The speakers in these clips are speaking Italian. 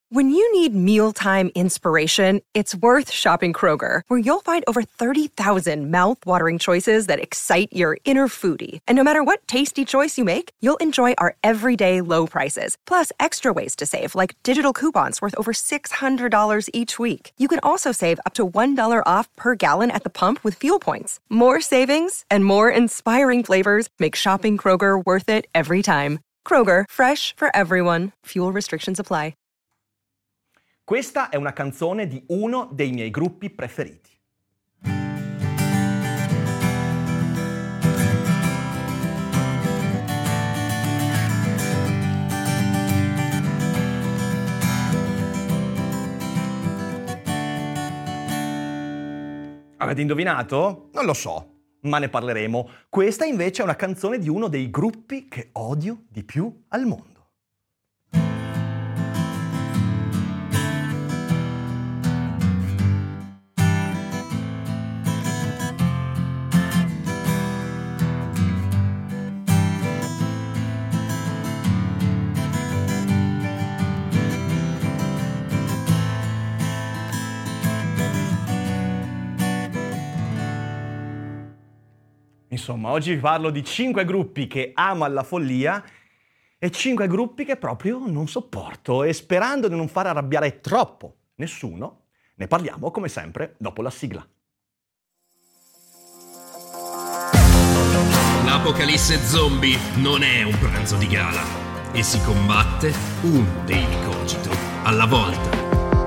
When you need mealtime inspiration, it's worth shopping Kroger, where you'll find over 30,000 mouth-watering choices that excite your inner foodie. And no matter what tasty choice you make, you'll enjoy our everyday low prices, plus extra ways to save, like digital coupons worth over $600 each week. You can also save up to $1 off per gallon at the pump with fuel points. More savings and more inspiring flavors make shopping Kroger worth it every time. Kroger, fresh for everyone. Fuel restrictions apply. Questa è una canzone di uno dei miei gruppi preferiti. Avete indovinato? Non lo so, ma ne parleremo. Questa invece è una canzone di uno dei gruppi che odio di più al mondo. Insomma, oggi vi parlo di 5 gruppi che amo alla follia e 5 gruppi che proprio non sopporto, e sperando di non far arrabbiare troppo nessuno, ne parliamo come sempre dopo la sigla. L'apocalisse zombie non è un pranzo di gala e si combatte un Daily Cogito alla volta.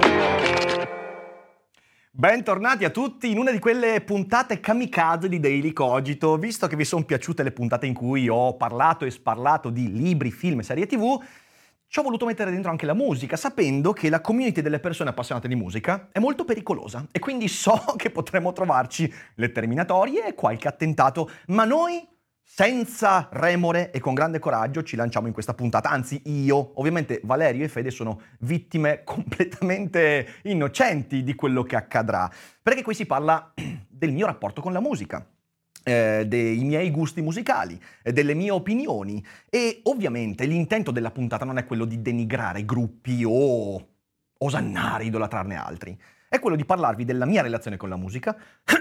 Bentornati a tutti in una di quelle puntate kamikaze di Daily Cogito. Visto che vi sono piaciute le puntate in cui ho parlato e sparlato di libri, film e serie TV, ci ho voluto mettere dentro anche la musica, sapendo che la community delle persone appassionate di musica è molto pericolosa e quindi so che potremmo trovarci le terminatorie e qualche attentato, ma noi, senza remore e con grande coraggio, ci lanciamo in questa puntata. Anzi, io, ovviamente Valerio e Fede sono vittime completamente innocenti di quello che accadrà, perché qui si parla del mio rapporto con la musica, dei miei gusti musicali, delle mie opinioni, e ovviamente l'intento della puntata non è quello di denigrare gruppi o osannare, idolatrarne altri, è quello di parlarvi della mia relazione con la musica.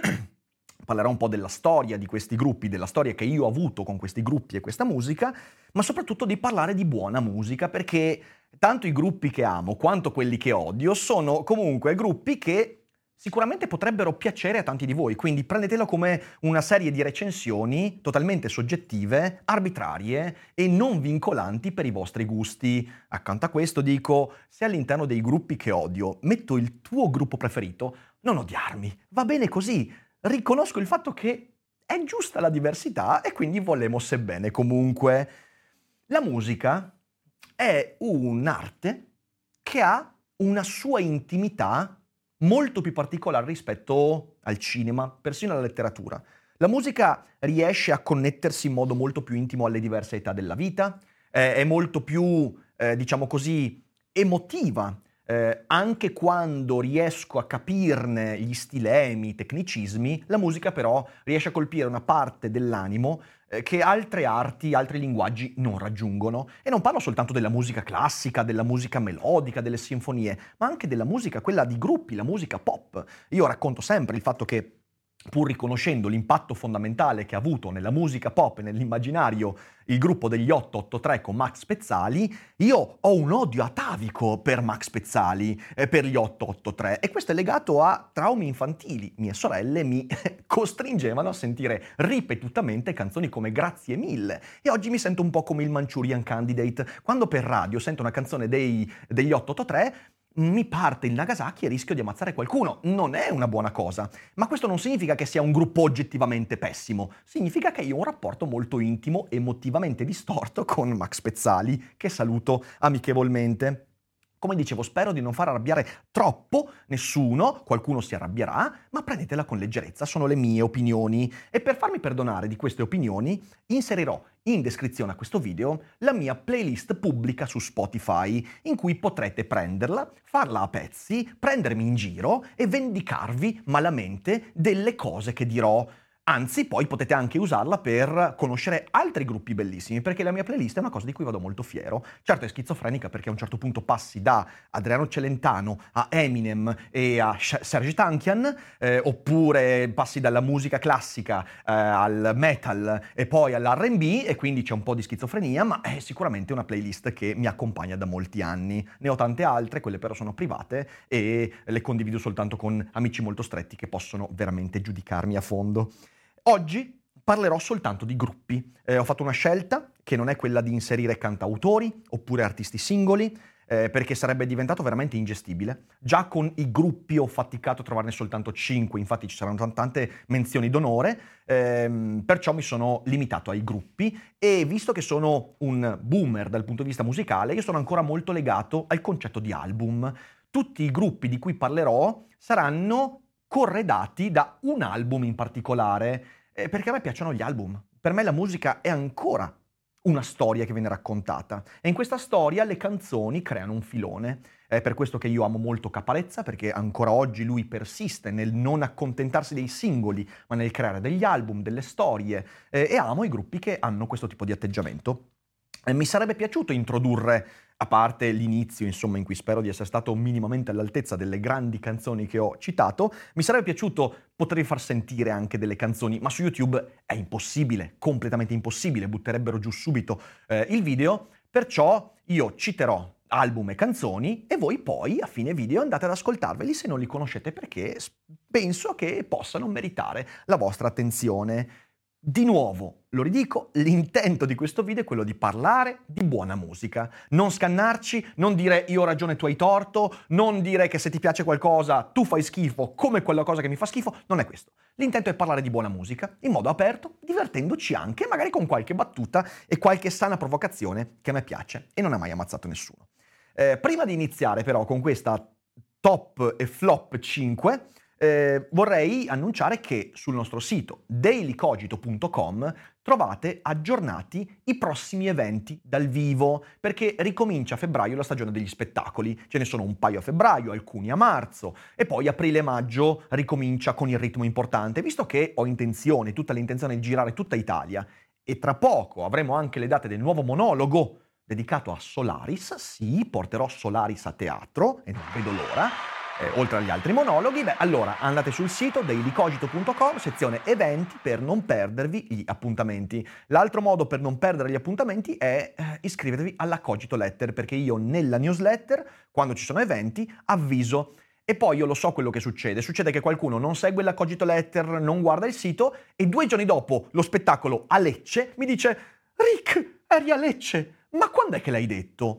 Parlerò un po' della storia di questi gruppi, della storia che io ho avuto con questi gruppi e questa musica, ma soprattutto di parlare di buona musica, perché tanto i gruppi che amo quanto quelli che odio sono comunque gruppi che sicuramente potrebbero piacere a tanti di voi, quindi prendetelo come una serie di recensioni totalmente soggettive, arbitrarie e non vincolanti per i vostri gusti. Accanto a questo dico, se all'interno dei gruppi che odio metto il tuo gruppo preferito, non odiarmi, va bene così. Riconosco il fatto che è giusta la diversità e quindi volemos bene comunque. La musica è un'arte che ha una sua intimità molto più particolare rispetto al cinema, persino alla letteratura. La musica riesce a connettersi in modo molto più intimo alle diverse età della vita, è molto più, diciamo così, emotiva. Anche quando riesco a capirne gli stilemi, i tecnicismi, la musica però riesce a colpire una parte dell'animo che altre arti, altri linguaggi non raggiungono. E non parlo soltanto della musica classica, della musica melodica, delle sinfonie, ma anche della musica, quella di gruppi, la musica pop. Io racconto sempre il fatto che, pur riconoscendo l'impatto fondamentale che ha avuto nella musica pop e nell'immaginario il gruppo degli 883 con Max Pezzali, io ho un odio atavico per Max Pezzali e per gli 883, e questo è legato a traumi infantili. Mie sorelle mi costringevano a sentire ripetutamente canzoni come Grazie mille, e oggi mi sento un po' come il Manchurian Candidate. Quando per radio sento una canzone degli 883 mi parte il Nagasaki e rischio di ammazzare qualcuno. Non è una buona cosa, ma questo non significa che sia un gruppo oggettivamente pessimo, significa che io ho un rapporto molto intimo, emotivamente distorto con Max Pezzali, che saluto amichevolmente. Come dicevo, spero di non far arrabbiare troppo nessuno, qualcuno si arrabbierà, ma prendetela con leggerezza, sono le mie opinioni. E per farmi perdonare di queste opinioni, inserirò in descrizione a questo video la mia playlist pubblica su Spotify, in cui potrete prenderla, farla a pezzi, prendermi in giro e vendicarvi malamente delle cose che dirò. Anzi, poi potete anche usarla per conoscere altri gruppi bellissimi, perché la mia playlist è una cosa di cui vado molto fiero. Certo è schizofrenica perché a un certo punto passi da Adriano Celentano a Eminem e a Serj Tankian, oppure passi dalla musica classica al metal e poi all'R&B, e quindi c'è un po' di schizofrenia, ma è sicuramente una playlist che mi accompagna da molti anni. Ne ho tante altre, quelle però sono private e le condivido soltanto con amici molto stretti che possono veramente giudicarmi a fondo. Oggi parlerò soltanto di gruppi. Ho fatto una scelta che non è quella di inserire cantautori oppure artisti singoli, perché sarebbe diventato veramente ingestibile. Già con i gruppi ho faticato a trovarne soltanto 5, infatti ci saranno tante menzioni d'onore, perciò mi sono limitato ai gruppi, e visto che sono un boomer dal punto di vista musicale, io sono ancora molto legato al concetto di album. Tutti i gruppi di cui parlerò saranno corredati da un album in particolare, perché a me piacciono gli album. Per me la musica è ancora una storia che viene raccontata, e in questa storia le canzoni creano un filone. È per questo che io amo molto Caparezza, perché ancora oggi lui persiste nel non accontentarsi dei singoli, ma nel creare degli album, delle storie, e amo i gruppi che hanno questo tipo di atteggiamento. Mi sarebbe piaciuto introdurre, a parte l'inizio, insomma, in cui spero di essere stato minimamente all'altezza delle grandi canzoni che ho citato, mi sarebbe piaciuto potervi far sentire anche delle canzoni, ma su YouTube è impossibile, completamente impossibile, butterebbero giù subito il video, perciò io citerò album e canzoni e voi poi a fine video andate ad ascoltarveli se non li conoscete, perché penso che possano meritare la vostra attenzione. Di nuovo, lo ridico, l'intento di questo video è quello di parlare di buona musica. Non scannarci, non dire io ho ragione, tu hai torto, non dire che se ti piace qualcosa tu fai schifo come quella cosa che mi fa schifo, non è questo. L'intento è parlare di buona musica, in modo aperto, divertendoci anche, magari con qualche battuta e qualche sana provocazione che a me piace e non ha mai ammazzato nessuno. Prima di iniziare però con questa top e flop 5, vorrei annunciare che sul nostro sito dailycogito.com trovate aggiornati i prossimi eventi dal vivo, perché ricomincia a febbraio la stagione degli spettacoli. Ce ne sono un paio a febbraio, alcuni a marzo, e poi aprile e maggio ricomincia con il ritmo importante, visto che ho intenzione, tutta l'intenzione di girare tutta Italia, e tra poco avremo anche le date del nuovo monologo dedicato a Solaris. Sì, porterò Solaris a teatro e non vedo l'ora. Oltre agli altri monologhi, allora andate sul sito dailycogito.com, sezione eventi, per non perdervi gli appuntamenti. L'altro modo per non perdere gli appuntamenti è iscrivervi alla Cogito Letter, perché io nella newsletter, quando ci sono eventi, avviso. E poi io lo so quello che succede. Succede che qualcuno non segue la Cogito Letter, non guarda il sito, e 2 giorni dopo lo spettacolo a Lecce mi dice: Rick, eri a Lecce, ma quando è che l'hai detto?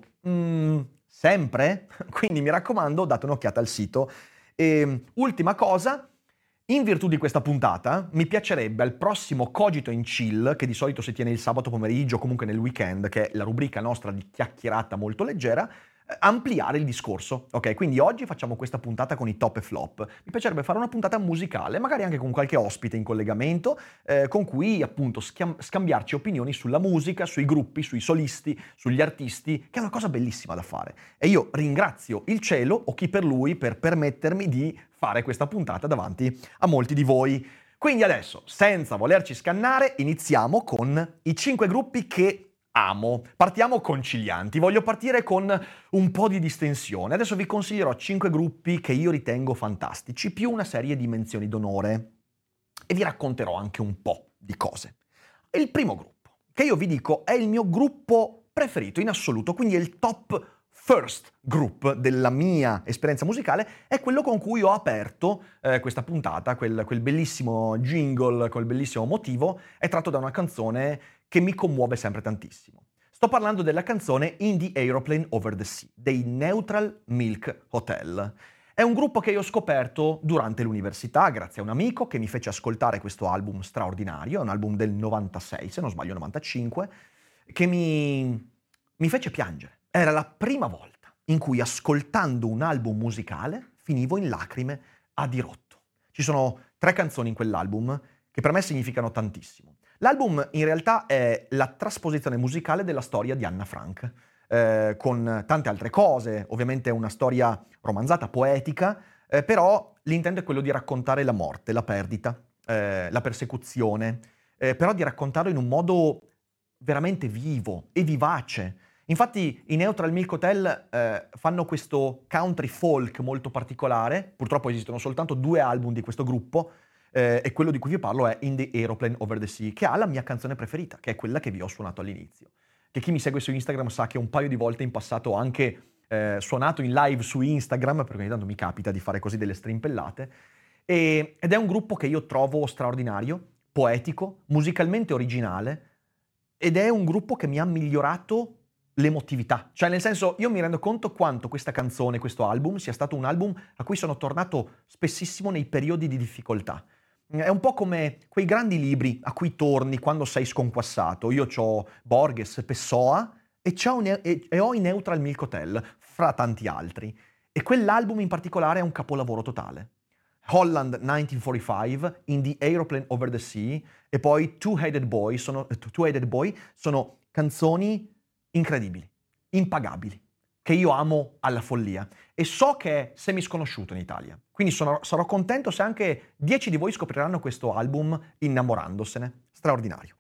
Sempre? Quindi mi raccomando, date un'occhiata al sito. E ultima cosa, in virtù di questa puntata, mi piacerebbe al prossimo Cogito in Chill, che di solito si tiene il sabato pomeriggio o comunque nel weekend, che è la rubrica nostra di chiacchierata molto leggera, ampliare il discorso, ok? Quindi oggi facciamo questa puntata con i top e flop. Mi piacerebbe fare una puntata musicale, magari anche con qualche ospite in collegamento, con cui appunto scambiarci opinioni sulla musica, sui gruppi, sui solisti, sugli artisti, che è una cosa bellissima da fare. E io ringrazio il cielo, o chi per lui, per permettermi di fare questa puntata davanti a molti di voi. Quindi adesso, senza volerci scannare, iniziamo con i 5 gruppi che amo. Partiamo concilianti. Voglio partire con un po' di distensione. Adesso vi consiglierò 5 gruppi che io ritengo fantastici, più una serie di menzioni d'onore, e vi racconterò anche un po' di cose. Il primo gruppo, che io vi dico è il mio gruppo preferito in assoluto, quindi è il top first group della mia esperienza musicale, è quello con cui ho aperto questa puntata. Quel bellissimo jingle, quel bellissimo motivo è tratto da una canzone che mi commuove sempre tantissimo. Sto parlando della canzone In the Aeroplane Over the Sea, dei Neutral Milk Hotel. È un gruppo che io ho scoperto durante l'università, grazie a un amico che mi fece ascoltare questo album straordinario, è un album del 96, se non sbaglio 95, che mi fece piangere. Era la prima volta in cui, ascoltando un album musicale, finivo in lacrime a dirotto. Ci sono 3 canzoni in quell'album che per me significano tantissimo. L'album in realtà è la trasposizione musicale della storia di Anna Frank, con tante altre cose. Ovviamente è una storia romanzata, poetica, però l'intento è quello di raccontare la morte, la perdita, la persecuzione, però di raccontarlo in un modo veramente vivo e vivace. Infatti i Neutral Milk Hotel fanno questo country folk molto particolare, purtroppo esistono soltanto 2 album di questo gruppo, e quello di cui vi parlo è In the Aeroplane Over the Sea, che ha la mia canzone preferita, che è quella che vi ho suonato all'inizio. Che chi mi segue su Instagram sa che un paio di volte in passato ho anche suonato in live su Instagram, perché ogni tanto mi capita di fare così delle strimpellate, ed è un gruppo che io trovo straordinario, poetico, musicalmente originale, ed è un gruppo che mi ha migliorato l'emotività. Cioè, nel senso, io mi rendo conto quanto questa canzone, questo album, sia stato un album a cui sono tornato spessissimo nei periodi di difficoltà. È un po' come quei grandi libri a cui torni quando sei sconquassato. Io ho Borges, Pessoa e ho i Neutral Milk Hotel, fra tanti altri. E quell'album in particolare è un capolavoro totale. Holland 1945, In the Aeroplane Over the Sea e poi Two-Headed Boy sono canzoni incredibili, impagabili, che io amo alla follia e so che è semisconosciuto in Italia. Quindi sarò contento se anche 10 di voi scopriranno questo album innamorandosene. Straordinario.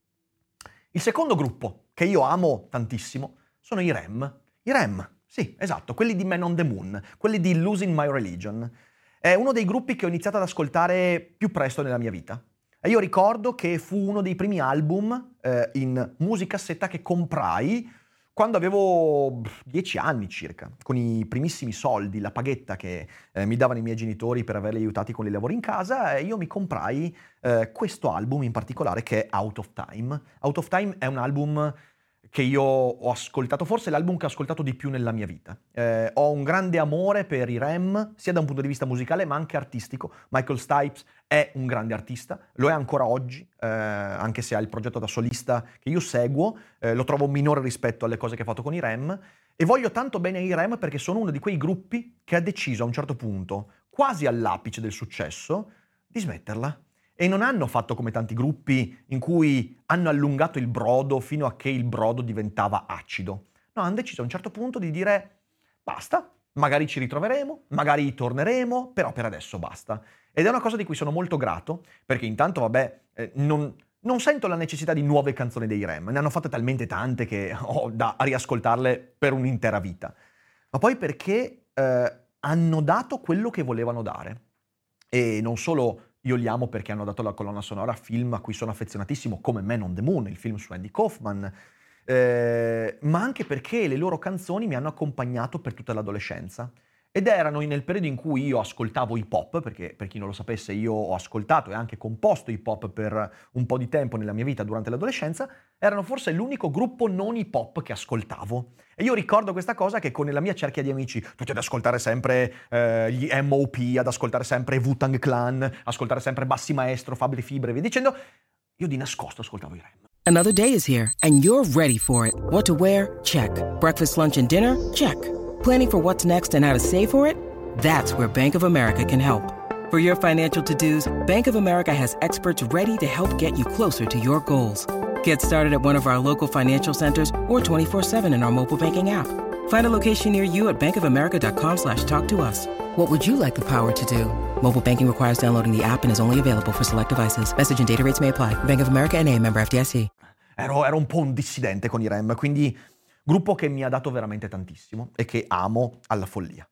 Il secondo gruppo che io amo tantissimo sono i REM. I REM, sì, esatto, quelli di Man on the Moon, quelli di Losing My Religion. È uno dei gruppi che ho iniziato ad ascoltare più presto nella mia vita. E io ricordo che fu uno dei primi album in musicassetta che comprai quando avevo 10 anni circa, con i primissimi soldi, la paghetta che mi davano i miei genitori per averli aiutati con i lavori in casa, e io mi comprai questo album in particolare che è Out of Time. Out of Time è un album che io ho ascoltato, forse è l'album che ho ascoltato di più nella mia vita. Ho un grande amore per i REM, sia da un punto di vista musicale ma anche artistico. Michael Stipe è un grande artista, lo è ancora oggi, anche se ha il progetto da solista che io seguo, lo trovo minore rispetto alle cose che ha fatto con i REM, e voglio tanto bene ai REM perché sono uno di quei gruppi che ha deciso a un certo punto, quasi all'apice del successo, di smetterla. E non hanno fatto come tanti gruppi in cui hanno allungato il brodo fino a che il brodo diventava acido. No, hanno deciso a un certo punto di dire basta, magari ci ritroveremo, magari torneremo, però per adesso basta. Ed è una cosa di cui sono molto grato, perché intanto, non sento la necessità di nuove canzoni dei REM, ne hanno fatte talmente tante che ho da riascoltarle per un'intera vita. Ma poi perché hanno dato quello che volevano dare. E non solo io li amo perché hanno dato la colonna sonora a film a cui sono affezionatissimo, come Man on the Moon, il film su Andy Kaufman, ma anche perché le loro canzoni mi hanno accompagnato per tutta l'adolescenza. Ed erano nel periodo in cui io ascoltavo hip hop, perché per chi non lo sapesse io ho ascoltato e anche composto hip hop per un po' di tempo nella mia vita durante l'adolescenza, erano forse l'unico gruppo non hip hop che ascoltavo. E io ricordo questa cosa che con la mia cerchia di amici, tutti ad ascoltare sempre gli M.O.P., ad ascoltare sempre Wu-Tang Clan, ascoltare sempre Bassi Maestro, Fabri Fibra e via dicendo, io di nascosto ascoltavo i REM. Another day is here and you're ready for it. What to wear? Check. Breakfast, lunch and dinner? Check. Planning for what's next and how to save for it? That's where Bank of America can help. For your financial to-dos, Bank of America has experts ready to help get you closer to your goals. Get started at one of our local financial centers or 24/7 in our mobile banking app. Find a location near you at bankofamerica.com/talktous. What would you like the power to do? Mobile banking requires downloading the app and is only available for select devices. Message and data rates may apply. Bank of America N.A., member FDIC. Ero un po' un dissidente con i REM, quindi gruppo che mi ha dato veramente tantissimo e che amo alla follia.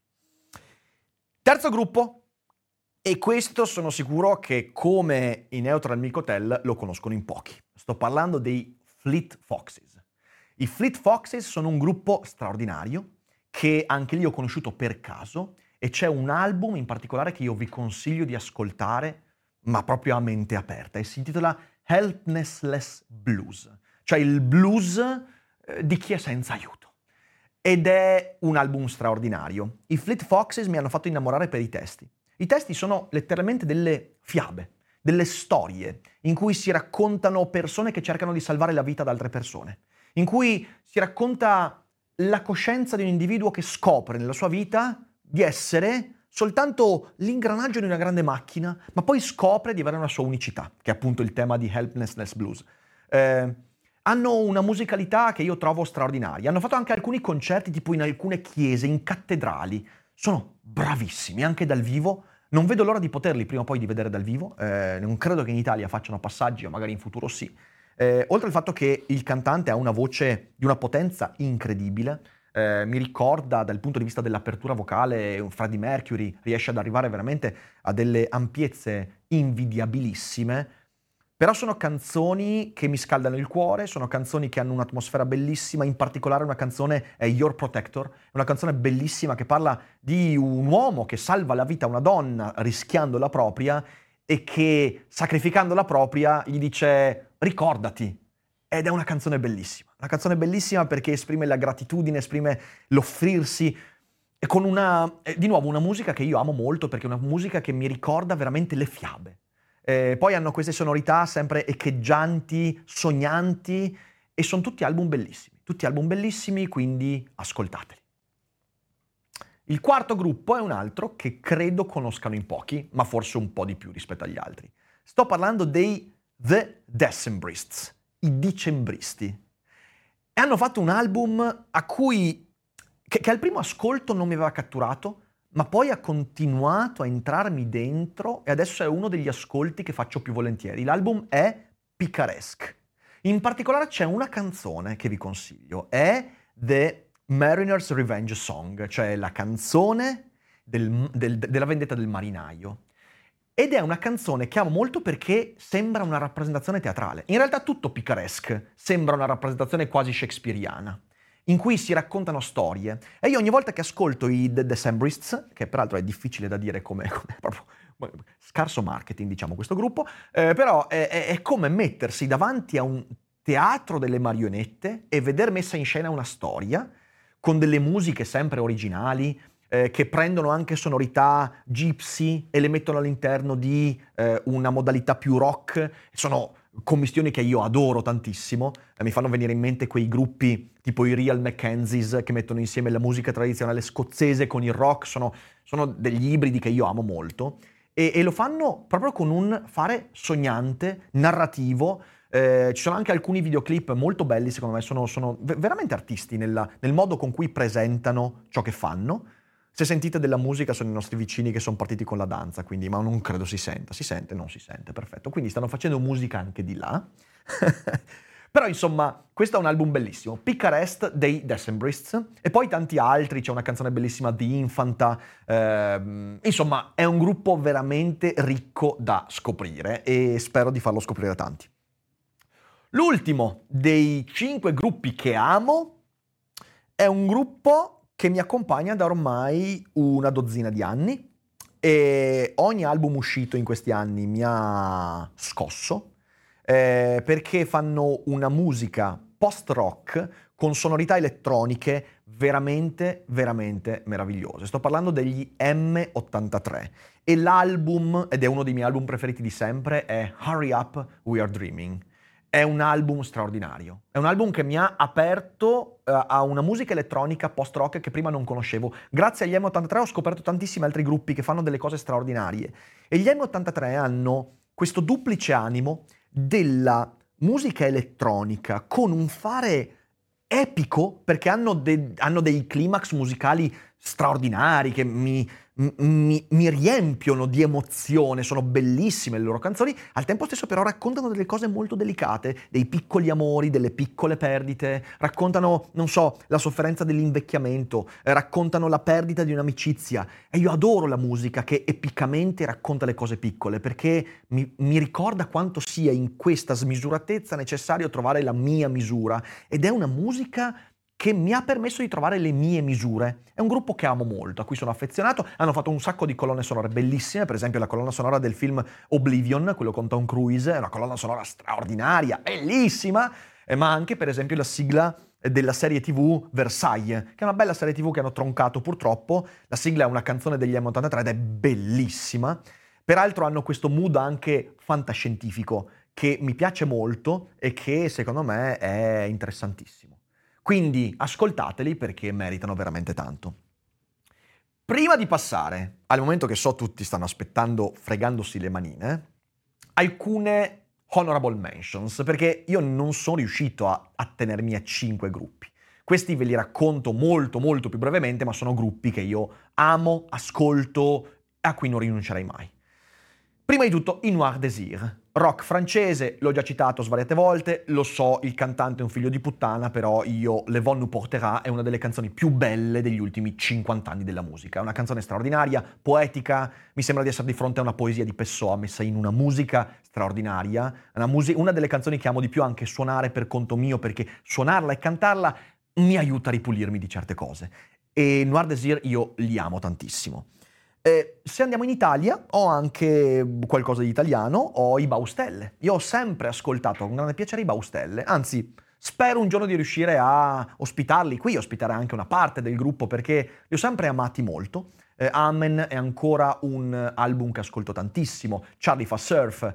Terzo gruppo, e questo sono sicuro che come i Neutral Milk Hotel lo conoscono in pochi. Sto parlando dei Fleet Foxes. I Fleet Foxes sono un gruppo straordinario che anche lì ho conosciuto per caso, e c'è un album in particolare che io vi consiglio di ascoltare, ma proprio a mente aperta, e si intitola Helpless Blues, cioè il blues di chi è senza aiuto. Ed è un album straordinario. I Fleet Foxes mi hanno fatto innamorare per i testi. I testi sono letteralmente delle fiabe, delle storie, in cui si raccontano persone che cercano di salvare la vita ad altre persone, in cui si racconta la coscienza di un individuo che scopre nella sua vita di essere soltanto l'ingranaggio di una grande macchina, ma poi scopre di avere una sua unicità, che è appunto il tema di Helpless Blues. Hanno una musicalità che io trovo straordinaria. Hanno fatto anche alcuni concerti tipo in alcune chiese, in cattedrali. Sono bravissimi, anche dal vivo Non vedo l'ora di poterli prima o poi di vedere dal vivo, non credo che in Italia facciano passaggi, o magari in futuro sì. Oltre al fatto che il cantante ha una voce di una potenza incredibile, mi ricorda dal punto di vista dell'apertura vocale un Freddie Mercury, riesce ad arrivare veramente a delle ampiezze invidiabilissime, però sono canzoni che mi scaldano il cuore, sono canzoni che hanno un'atmosfera bellissima, in particolare una canzone è Your Protector, una canzone bellissima che parla di un uomo che salva la vita a una donna rischiando la propria e che sacrificando la propria gli dice ricordati. Ed è una canzone bellissima perché esprime la gratitudine, esprime l'offrirsi, e con di nuovo una musica che io amo molto perché è una musica che mi ricorda veramente le fiabe. Poi hanno queste sonorità sempre echeggianti, sognanti, e sono tutti album bellissimi, quindi ascoltateli. Il quarto gruppo è un altro che credo conoscano in pochi, ma forse un po' di più rispetto agli altri. Sto parlando dei The Decembrists, i dicembristi. E hanno fatto un album che al primo ascolto non mi aveva catturato, ma poi ha continuato a entrarmi dentro e adesso è uno degli ascolti che faccio più volentieri. L'album è Picaresque. In particolare c'è una canzone che vi consiglio, è The Mariner's Revenge Song, cioè la canzone della vendetta del marinaio. Ed è una canzone che amo molto perché sembra una rappresentazione teatrale. In realtà tutto Picaresque sembra una rappresentazione quasi shakespeariana, in cui si raccontano storie. E io ogni volta che ascolto i The Decembrists, che peraltro è difficile da dire come proprio scarso marketing, diciamo, questo gruppo, però è come mettersi davanti a un teatro delle marionette e veder messa in scena una storia, con delle musiche sempre originali, che prendono anche sonorità gypsy e le mettono all'interno di una modalità più rock. Sono commistioni che io adoro tantissimo, mi fanno venire in mente quei gruppi tipo i Real Mackenzies che mettono insieme la musica tradizionale scozzese con il rock, sono degli ibridi che io amo molto e lo fanno proprio con un fare sognante, narrativo. Ci sono anche alcuni videoclip molto belli, secondo me, sono veramente artisti nel modo con cui presentano ciò che fanno. Se sentite della musica sono i nostri vicini che sono partiti con la danza, quindi, ma non credo si sente, non si sente, perfetto. Quindi stanno facendo musica anche di là. Però insomma, questo è un album bellissimo, Picaresque dei Decembrists, e poi tanti altri, c'è una canzone bellissima di Infanta, insomma è un gruppo veramente ricco da scoprire e spero di farlo scoprire a tanti. L'ultimo dei 5 gruppi che amo è un gruppo che mi accompagna da ormai una dozzina di anni e ogni album uscito in questi anni mi ha scosso perché fanno una musica post-rock con sonorità elettroniche veramente, veramente meravigliose. Sto parlando degli M83 e l'album, ed è uno dei miei album preferiti di sempre, è Hurry Up, We Are Dreaming. È un album straordinario, è un album che mi ha aperto a una musica elettronica post-rock che prima non conoscevo. Grazie agli M83 ho scoperto tantissimi altri gruppi che fanno delle cose straordinarie e gli M83 hanno questo duplice animo della musica elettronica con un fare epico perché hanno dei climax musicali straordinari che mi riempiono di emozione, sono bellissime le loro canzoni, al tempo stesso però raccontano delle cose molto delicate, dei piccoli amori, delle piccole perdite, raccontano, non so, la sofferenza dell'invecchiamento, raccontano la perdita di un'amicizia e io adoro la musica che epicamente racconta le cose piccole perché mi ricorda quanto sia in questa smisuratezza necessario trovare la mia misura ed è una musica che mi ha permesso di trovare le mie misure. È un gruppo che amo molto, a cui sono affezionato, hanno fatto un sacco di colonne sonore bellissime, per esempio la colonna sonora del film Oblivion, quello con Tom Cruise, è una colonna sonora straordinaria, bellissima, ma anche per esempio la sigla della serie TV Versailles, che è una bella serie TV che hanno troncato purtroppo, la sigla è una canzone degli M83 ed è bellissima, peraltro hanno questo mood anche fantascientifico che mi piace molto e che secondo me è interessantissimo. Quindi ascoltateli perché meritano veramente tanto. Prima di passare al momento che so tutti stanno aspettando fregandosi le manine, alcune honorable mentions, perché io non sono riuscito a tenermi a 5 gruppi. Questi ve li racconto molto molto più brevemente, ma sono gruppi che io amo, ascolto, a cui non rinuncerei mai. Prima di tutto, i Noir Désir. Rock francese, l'ho già citato svariate volte, lo so, il cantante è un figlio di puttana, però Le Vent nous portera è una delle canzoni più belle degli ultimi 50 anni della musica. È una canzone straordinaria, poetica, mi sembra di essere di fronte a una poesia di Pessoa messa in una musica straordinaria, una delle canzoni che amo di più anche suonare per conto mio, perché suonarla e cantarla mi aiuta a ripulirmi di certe cose. E Noir Désir io li amo tantissimo. Se andiamo in Italia, ho anche qualcosa di italiano, ho i Baustelle. Io ho sempre ascoltato con grande piacere i Baustelle, anzi, spero un giorno di riuscire a ospitarli qui, ospitare anche una parte del gruppo, perché li ho sempre amati molto. Amen è ancora un album che ascolto tantissimo, Charlie fa surf,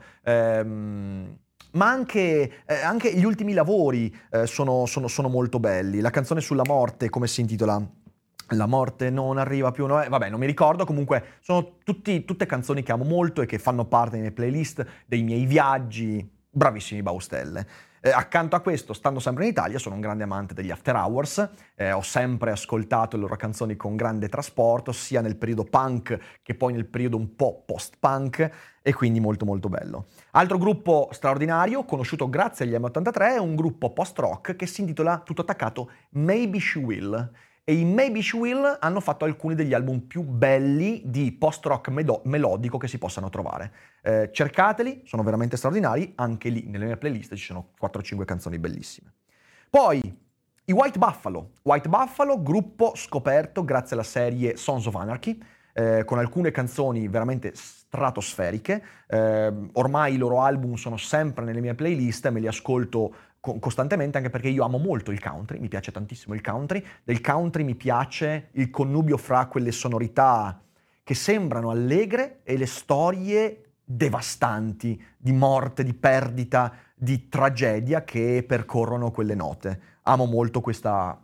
ma anche gli ultimi lavori sono molto belli. La canzone sulla morte, come si intitola? La morte non arriva più, no? Vabbè, non mi ricordo, comunque sono tutte canzoni che amo molto e che fanno parte dei miei playlist, dei miei viaggi, bravissimi Baustelle. Accanto a questo, stando sempre in Italia, sono un grande amante degli After Hours, ho sempre ascoltato le loro canzoni con grande trasporto, sia nel periodo punk che poi nel periodo un po' post-punk, e quindi molto molto bello. Altro gruppo straordinario, conosciuto grazie agli M83, è un gruppo post-rock che si intitola, tutto attaccato, Maybe She Will. E i Maybe She Will hanno fatto alcuni degli album più belli di post-rock melodico che si possano trovare. Cercateli, sono veramente straordinari, anche lì nelle mie playlist ci sono 4-5 canzoni bellissime. Poi i White Buffalo, gruppo scoperto grazie alla serie Sons of Anarchy, con alcune canzoni veramente stratosferiche. Ormai i loro album sono sempre nelle mie playlist e me li ascolto costantemente, anche perché io amo molto il country, mi piace tantissimo il country. Del country mi piace il connubio fra quelle sonorità che sembrano allegre e le storie devastanti di morte, di perdita, di tragedia che percorrono quelle note. Amo molto questa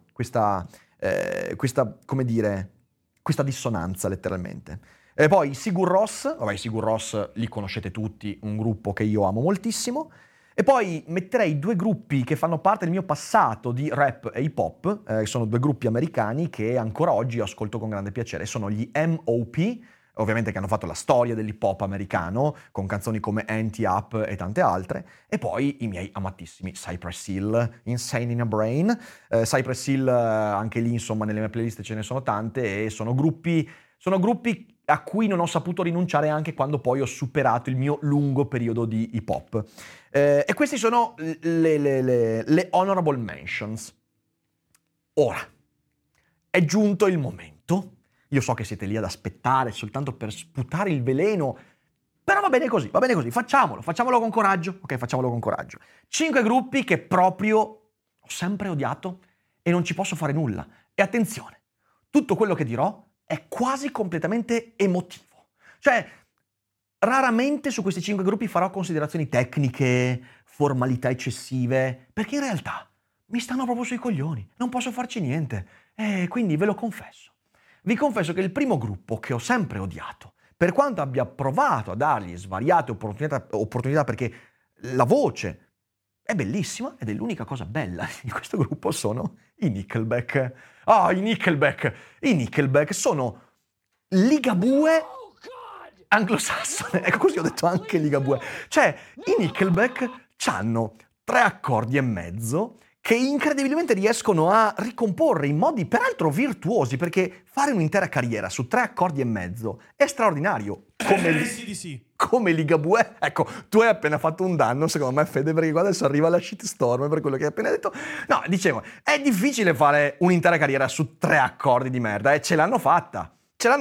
come dire, questa dissonanza letteralmente. E poi Sigur Rós, vabbè, i Sigur Rós li conoscete tutti, un gruppo che io amo moltissimo. E poi metterei due gruppi che fanno parte del mio passato di rap e hip hop, sono due gruppi americani che ancora oggi ascolto con grande piacere, sono gli M.O.P., ovviamente che hanno fatto la storia dell'hip hop americano, con canzoni come Ante Up e tante altre, e poi i miei amatissimi Cypress Hill, Insane in a Brain. Cypress Hill, anche lì insomma nelle mie playlist ce ne sono tante, e sono gruppi a cui non ho saputo rinunciare anche quando poi ho superato il mio lungo periodo di hip hop. E questi sono le honorable mentions. Ora, è giunto il momento. Io so che siete lì ad aspettare soltanto per sputare il veleno, però va bene così, facciamolo con coraggio, ok, facciamolo con coraggio. 5 gruppi che proprio ho sempre odiato e non ci posso fare nulla. E attenzione, tutto quello che dirò è quasi completamente emotivo. Cioè, raramente su questi 5 gruppi farò considerazioni tecniche, formalità eccessive, perché in realtà mi stanno proprio sui coglioni, non posso farci niente. E quindi ve lo confesso. Vi confesso che il primo gruppo che ho sempre odiato, per quanto abbia provato a dargli svariate opportunità perché la voce è bellissima ed è l'unica cosa bella di questo gruppo, sono i Nickelback. I Nickelback sono Ligabue anglosassone. Ecco, così ho detto anche Ligabue. Cioè, i Nickelback hanno 3 accordi e mezzo che incredibilmente riescono a ricomporre in modi peraltro virtuosi, perché fare un'intera carriera su 3 accordi e mezzo è straordinario. Come Ligabue. Ecco, tu hai appena fatto un danno, secondo me, Fede, perché qua adesso arriva la shitstorm per quello che hai appena detto. No, dicevo, è difficile fare un'intera carriera su 3 accordi di merda, e ce l'hanno fatta.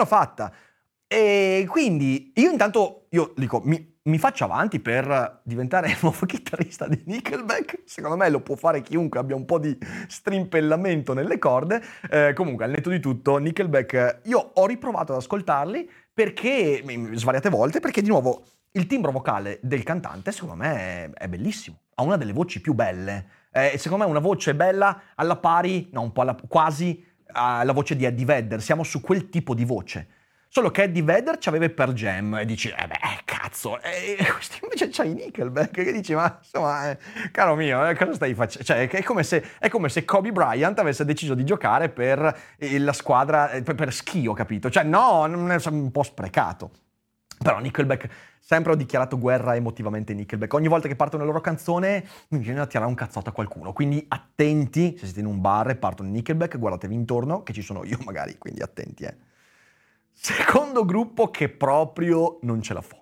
E quindi io dico, mi faccio avanti per diventare il nuovo chitarrista di Nickelback. Secondo me lo può fare chiunque abbia un po' di strimpellamento nelle corde. Comunque, al netto di tutto, Nickelback, io ho riprovato ad ascoltarli perché svariate volte, perché di nuovo il timbro vocale del cantante secondo me è bellissimo, ha una delle voci più belle, secondo me una voce bella alla pari, no, un po' quasi alla voce di Eddie Vedder. Siamo su quel tipo di voce. Solo che Eddie Vedder c'aveva i Pearl Jam e dici, cazzo, questo invece c'hai i Nickelback, che dici, ma insomma, caro mio, cosa stai facendo? Cioè, è come se Kobe Bryant avesse deciso di giocare per la squadra, per Schio, capito? Cioè, no, non è un po' sprecato. Però Nickelback, sempre ho dichiarato guerra emotivamente ai Nickelback. Ogni volta che partono la loro canzone mi viene da tirare un cazzotto a qualcuno. Quindi attenti, se siete in un bar e partono i Nickelback, guardatevi intorno, che ci sono io magari, quindi attenti, Secondo gruppo che proprio non ce la fa.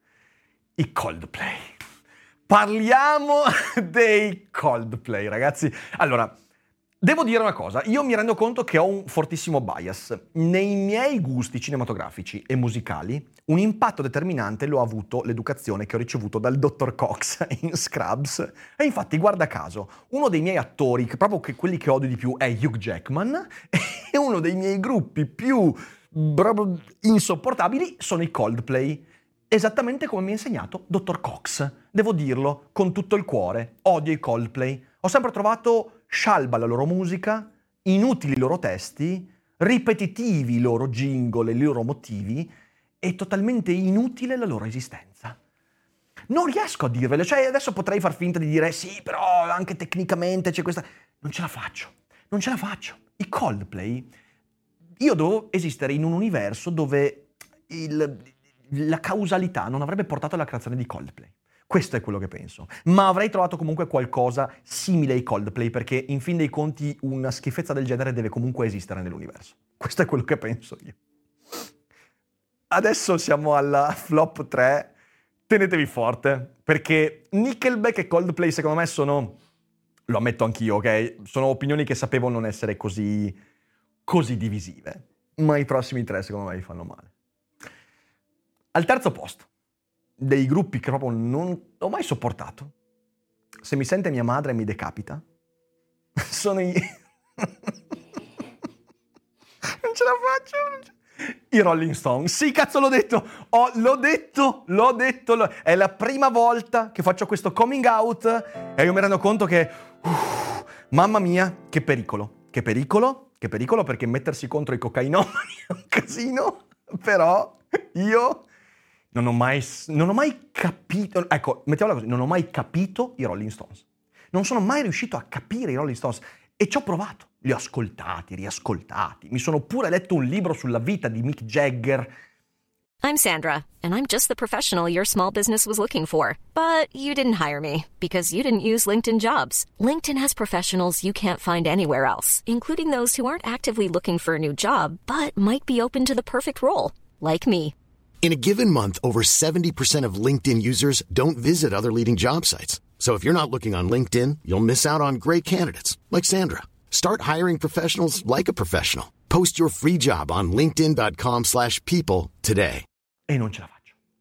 I Coldplay. Parliamo dei Coldplay, ragazzi. Allora, devo dire una cosa, io mi rendo conto che ho un fortissimo bias. Nei miei gusti cinematografici e musicali, un impatto determinante lo ha avuto l'educazione che ho ricevuto dal dottor Cox in Scrubs. E infatti, guarda caso, uno dei miei attori, proprio quelli che odio di più, è Hugh Jackman, e uno dei miei gruppi più insopportabili sono i Coldplay. Esattamente come mi ha insegnato dottor Cox. Devo dirlo, con tutto il cuore, odio i Coldplay. Ho sempre trovato scialba la loro musica, inutili i loro testi, ripetitivi i loro jingle e i loro motivi e totalmente inutile la loro esistenza. Non riesco a dirvelo, cioè adesso potrei far finta di dire sì, però anche tecnicamente c'è questa... Non ce la faccio. I Coldplay, io devo esistere in un universo dove la causalità non avrebbe portato alla creazione di Coldplay. Questo è quello che penso. Ma avrei trovato comunque qualcosa simile ai Coldplay, perché in fin dei conti una schifezza del genere deve comunque esistere nell'universo. Questo è quello che penso io. Adesso siamo alla flop 3. Tenetevi forte, perché Nickelback e Coldplay secondo me sono, lo ammetto anch'io, ok? Sono opinioni che sapevo non essere così divisive. Ma i prossimi 3 secondo me vi fanno male. Al terzo posto, dei gruppi che proprio non ho mai sopportato, se mi sente mia madre mi decapita, sono i... non ce la faccio! I Rolling Stones. Sì, cazzo, l'ho detto! L'ho detto! È la prima volta che faccio questo coming out e io mi rendo conto che... mamma mia, che pericolo! Che pericolo perché mettersi contro i cocainomani è un casino, però io... Non ho mai capito, ecco, mettiamola così, non ho mai capito i Rolling Stones. Non sono mai riuscito a capire i Rolling Stones e ci ho provato. Li ho ascoltati, riascoltati. Mi sono pure letto un libro sulla vita di Mick Jagger. I'm Sandra, and I'm just the professional your small business was looking for. But you didn't hire me because you didn't use LinkedIn Jobs. LinkedIn has professionals you can't find anywhere else, including those who aren't actively looking for a new job, but might be open to the perfect role, like me. In a given month, over 70% of LinkedIn users don't visit other leading job sites. So if you're not looking on LinkedIn, you'll miss out on great candidates like Sandra. Start hiring professionals like a professional. Post your free job on linkedin.com/people today. E non ce la faccio.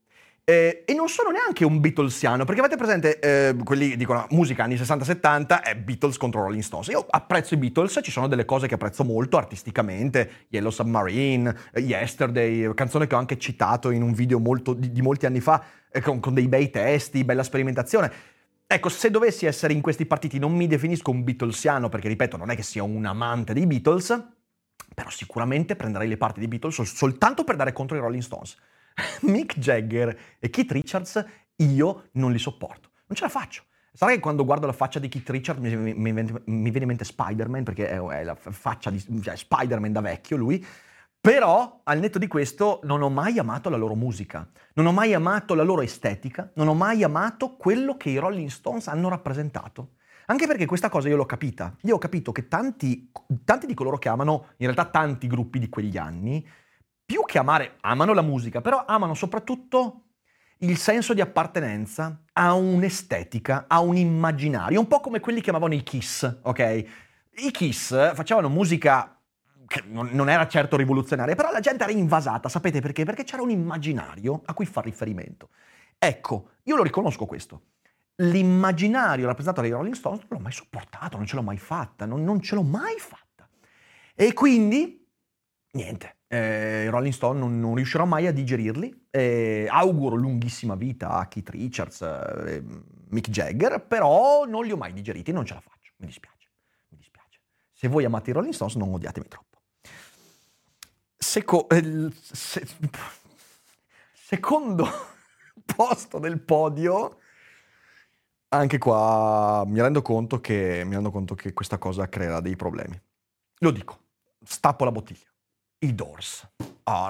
E non sono neanche un Beatlesiano, perché avete presente, quelli dicono musica anni 60-70 è Beatles contro Rolling Stones. Io apprezzo i Beatles, ci sono delle cose che apprezzo molto artisticamente, Yellow Submarine, Yesterday, canzone che ho anche citato in un video di molti anni fa, con dei bei testi, bella sperimentazione. Ecco, se dovessi essere in questi partiti non mi definisco un Beatlesiano, perché ripeto, non è che sia un amante dei Beatles, però sicuramente prenderei le parti dei Beatles soltanto per dare contro i Rolling Stones. Mick Jagger e Keith Richards io non li sopporto, non ce la faccio. Sarà che quando guardo la faccia di Keith Richards mi viene in mente Spider-Man, perché è la faccia di Spider-Man da vecchio lui, però al netto di questo non ho mai amato la loro musica, non ho mai amato la loro estetica, non ho mai amato quello che i Rolling Stones hanno rappresentato. Anche perché questa cosa io l'ho capita. Io ho capito che tanti di coloro che amano, in realtà tanti gruppi di quegli anni, più che amano la musica, però amano soprattutto il senso di appartenenza a un'estetica, a un immaginario, un po' come quelli che amavano i Kiss, ok? I Kiss facevano musica che non era certo rivoluzionaria, però la gente era invasata, sapete perché? Perché c'era un immaginario a cui far riferimento. Ecco, io lo riconosco questo. L'immaginario rappresentato dai Rolling Stones non l'ho mai sopportato, non ce l'ho mai fatta, non ce l'ho mai fatta. E quindi, niente. I Rolling Stone non riuscirò mai a digerirli. Auguro lunghissima vita a Keith Richards, Mick Jagger, però non li ho mai digeriti, non ce la faccio, mi dispiace. Se voi amate i Rolling Stones non odiatemi troppo. secondo posto del podio, anche qua mi rendo conto che questa cosa creerà dei problemi. Lo dico, stappo la bottiglia. I Doors. Oh,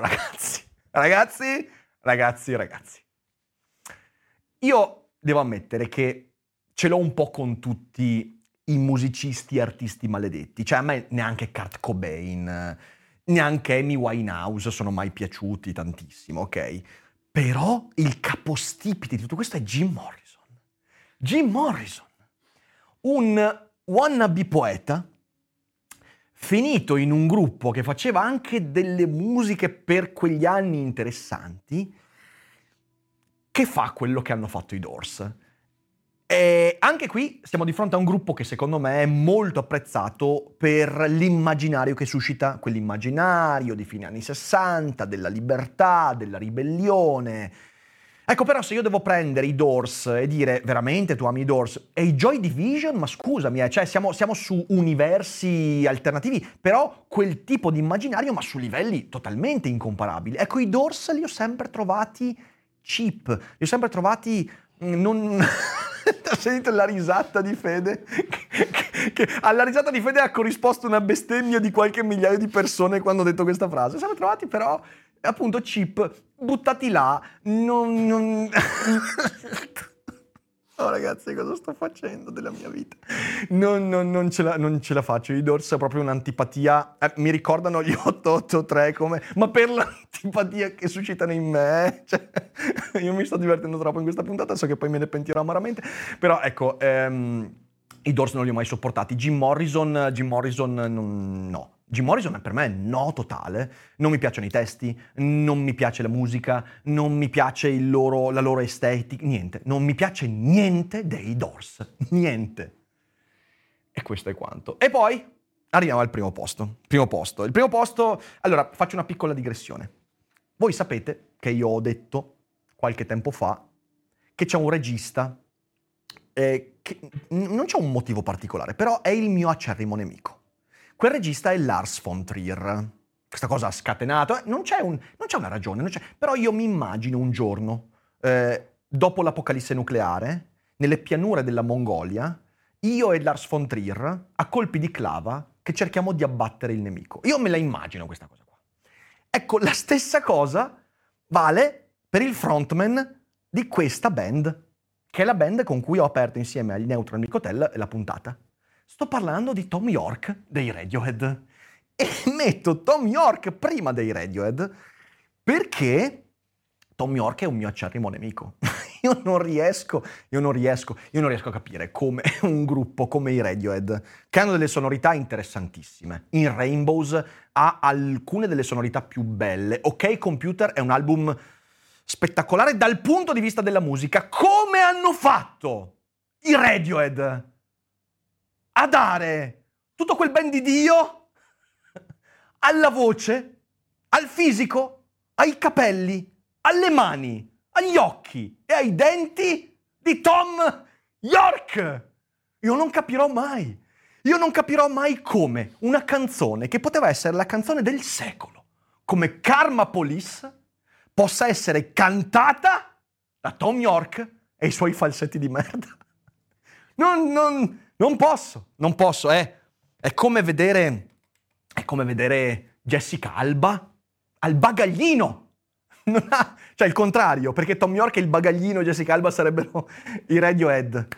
ragazzi. Io devo ammettere che ce l'ho un po' con tutti i musicisti e artisti maledetti. Cioè, a me neanche Kurt Cobain, neanche Amy Winehouse sono mai piaciuti tantissimo, ok? Però il capostipite di tutto questo è Jim Morrison. Jim Morrison, un wannabe poeta, finito in un gruppo che faceva anche delle musiche per quegli anni interessanti, che fa quello che hanno fatto i Doors. E anche qui siamo di fronte a un gruppo che secondo me è molto apprezzato per l'immaginario che suscita, quell'immaginario di fine anni 60, della libertà, della ribellione. Ecco, però se io devo prendere i Doors e dire veramente tu ami i Doors e i Joy Division, ma scusami, cioè siamo su universi alternativi, però quel tipo di immaginario ma su livelli totalmente incomparabili. Ecco, i Doors li ho sempre trovati cheap, li ho sempre trovati non... Ho sentito la risata di Fede? Che alla risata di Fede ha corrisposto una bestemmia di qualche migliaio di persone quando ho detto questa frase. Siamo trovati però, appunto, cheap, buttati là, non... Oh ragazzi, cosa sto facendo della mia vita? Non ce la faccio. I Doors è proprio un'antipatia. Mi ricordano gli 883 come... Ma per l'antipatia che suscitano in me. Cioè, io mi sto divertendo troppo in questa puntata, so che poi me ne pentirò amaramente. Però ecco, i Doors non li ho mai sopportati. Jim Morrison no. Jim Morrison per me è no totale, non mi piacciono i testi, non mi piace la musica, non mi piace la loro estetica, niente, non mi piace niente dei Doors, niente. E questo è quanto. E poi arriviamo al primo posto. Il primo posto, allora faccio una piccola digressione. Voi sapete che io ho detto qualche tempo fa che c'è un regista che non c'è un motivo particolare, però è il mio acerrimo nemico. Quel regista è Lars von Trier. Questa cosa ha scatenato, non c'è una ragione, però io mi immagino un giorno, dopo l'apocalisse nucleare, nelle pianure della Mongolia, io e Lars von Trier, a colpi di clava, che cerchiamo di abbattere il nemico. Io me la immagino questa cosa qua. Ecco, la stessa cosa vale per il frontman di questa band, che è la band con cui ho aperto insieme agli Neutral Milk Hotel la puntata. Sto parlando di Thom Yorke dei Radiohead. E metto Thom Yorke prima dei Radiohead perché Thom Yorke è un mio acerrimo nemico. Io non riesco a capire come un gruppo come i Radiohead, che hanno delle sonorità interessantissime. In Rainbows ha alcune delle sonorità più belle. OK Computer è un album spettacolare dal punto di vista della musica. Come hanno fatto i Radiohead a dare tutto quel ben di Dio alla voce, al fisico, ai capelli, alle mani, agli occhi e ai denti di Thom Yorke? Io non capirò mai come una canzone che poteva essere la canzone del secolo, come Karma Police, possa essere cantata da Thom Yorke e i suoi falsetti di merda. Non posso, è come vedere Jessica Alba al bagaglino. Cioè il contrario, perché Thom Yorke e il bagaglino e Jessica Alba sarebbero i Radiohead.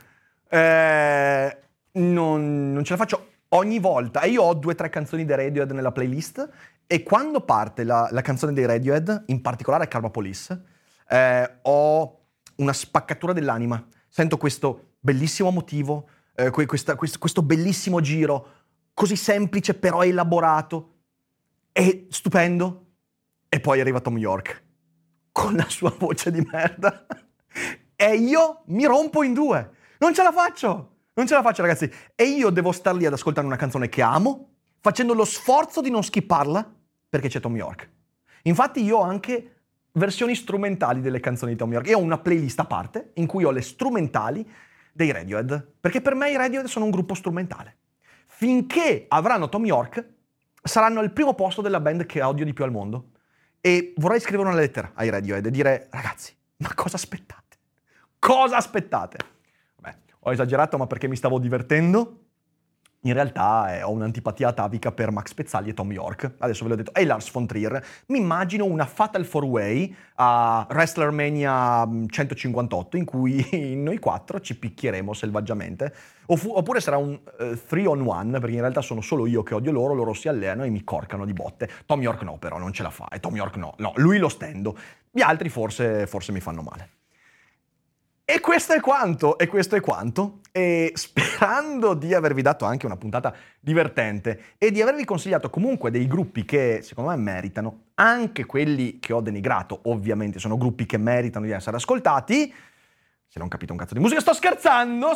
Non ce la faccio ogni volta. E io ho 2 o 3 canzoni dei Radiohead nella playlist e quando parte la canzone dei Radiohead, in particolare Karma Police, ho una spaccatura dell'anima. Sento questo bellissimo motivo, questo bellissimo giro, così semplice però elaborato e stupendo. E poi arriva Thom Yorke con la sua voce di merda e io mi rompo in 2. Non ce la faccio ragazzi. E io devo star lì ad ascoltare una canzone che amo, facendo lo sforzo di non skipparla perché c'è Thom Yorke. Infatti io ho anche versioni strumentali delle canzoni di Thom Yorke. Io ho una playlist a parte in cui ho le strumentali dei Radiohead, perché per me i Radiohead sono un gruppo strumentale. Finché avranno Thom Yorke saranno al primo posto della band che odio di più al mondo. E vorrei scrivere una lettera ai Radiohead e dire: ragazzi, ma cosa aspettate? Cosa aspettate? Vabbè, ho esagerato, ma perché mi stavo divertendo. In realtà ho un'antipatia atavica per Max Pezzali e Tom York. Adesso ve l'ho detto. E Lars von Trier. Mi immagino una Fatal 4-Way a WrestleMania 158 in cui noi 4 ci picchieremo selvaggiamente. Oppure sarà un 3-on-1, perché in realtà sono solo io che odio loro si allenano e mi corcano di botte. Tom York no, però non ce la fa. E Tom York no, lui lo stendo. Gli altri forse mi fanno male. E questo è quanto, e sperando di avervi dato anche una puntata divertente e di avervi consigliato comunque dei gruppi che secondo me meritano, anche quelli che ho denigrato, ovviamente sono gruppi che meritano di essere ascoltati. Se non capite un cazzo di musica, sto scherzando.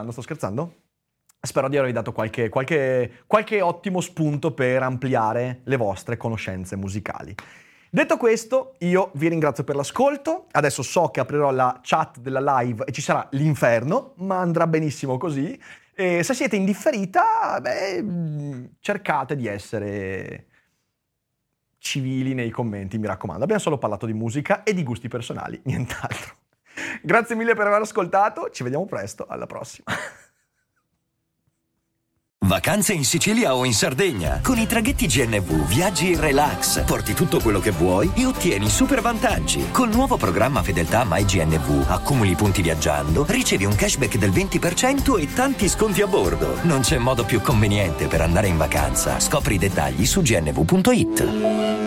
Spero di avervi dato qualche ottimo spunto per ampliare le vostre conoscenze musicali. Detto questo, io vi ringrazio per l'ascolto. Adesso so che aprirò la chat della live e ci sarà l'inferno, ma andrà benissimo così. E se siete in differita, cercate di essere civili nei commenti, mi raccomando. Abbiamo solo parlato di musica e di gusti personali, nient'altro. Grazie mille per aver ascoltato, ci vediamo presto, alla prossima. Vacanze in Sicilia o in Sardegna. Con i traghetti GNV viaggi in relax, porti tutto quello che vuoi e ottieni super vantaggi. Col nuovo programma Fedeltà MyGNV accumuli punti viaggiando, ricevi un cashback del 20% e tanti sconti a bordo. Non c'è modo più conveniente per andare in vacanza. Scopri i dettagli su gnv.it.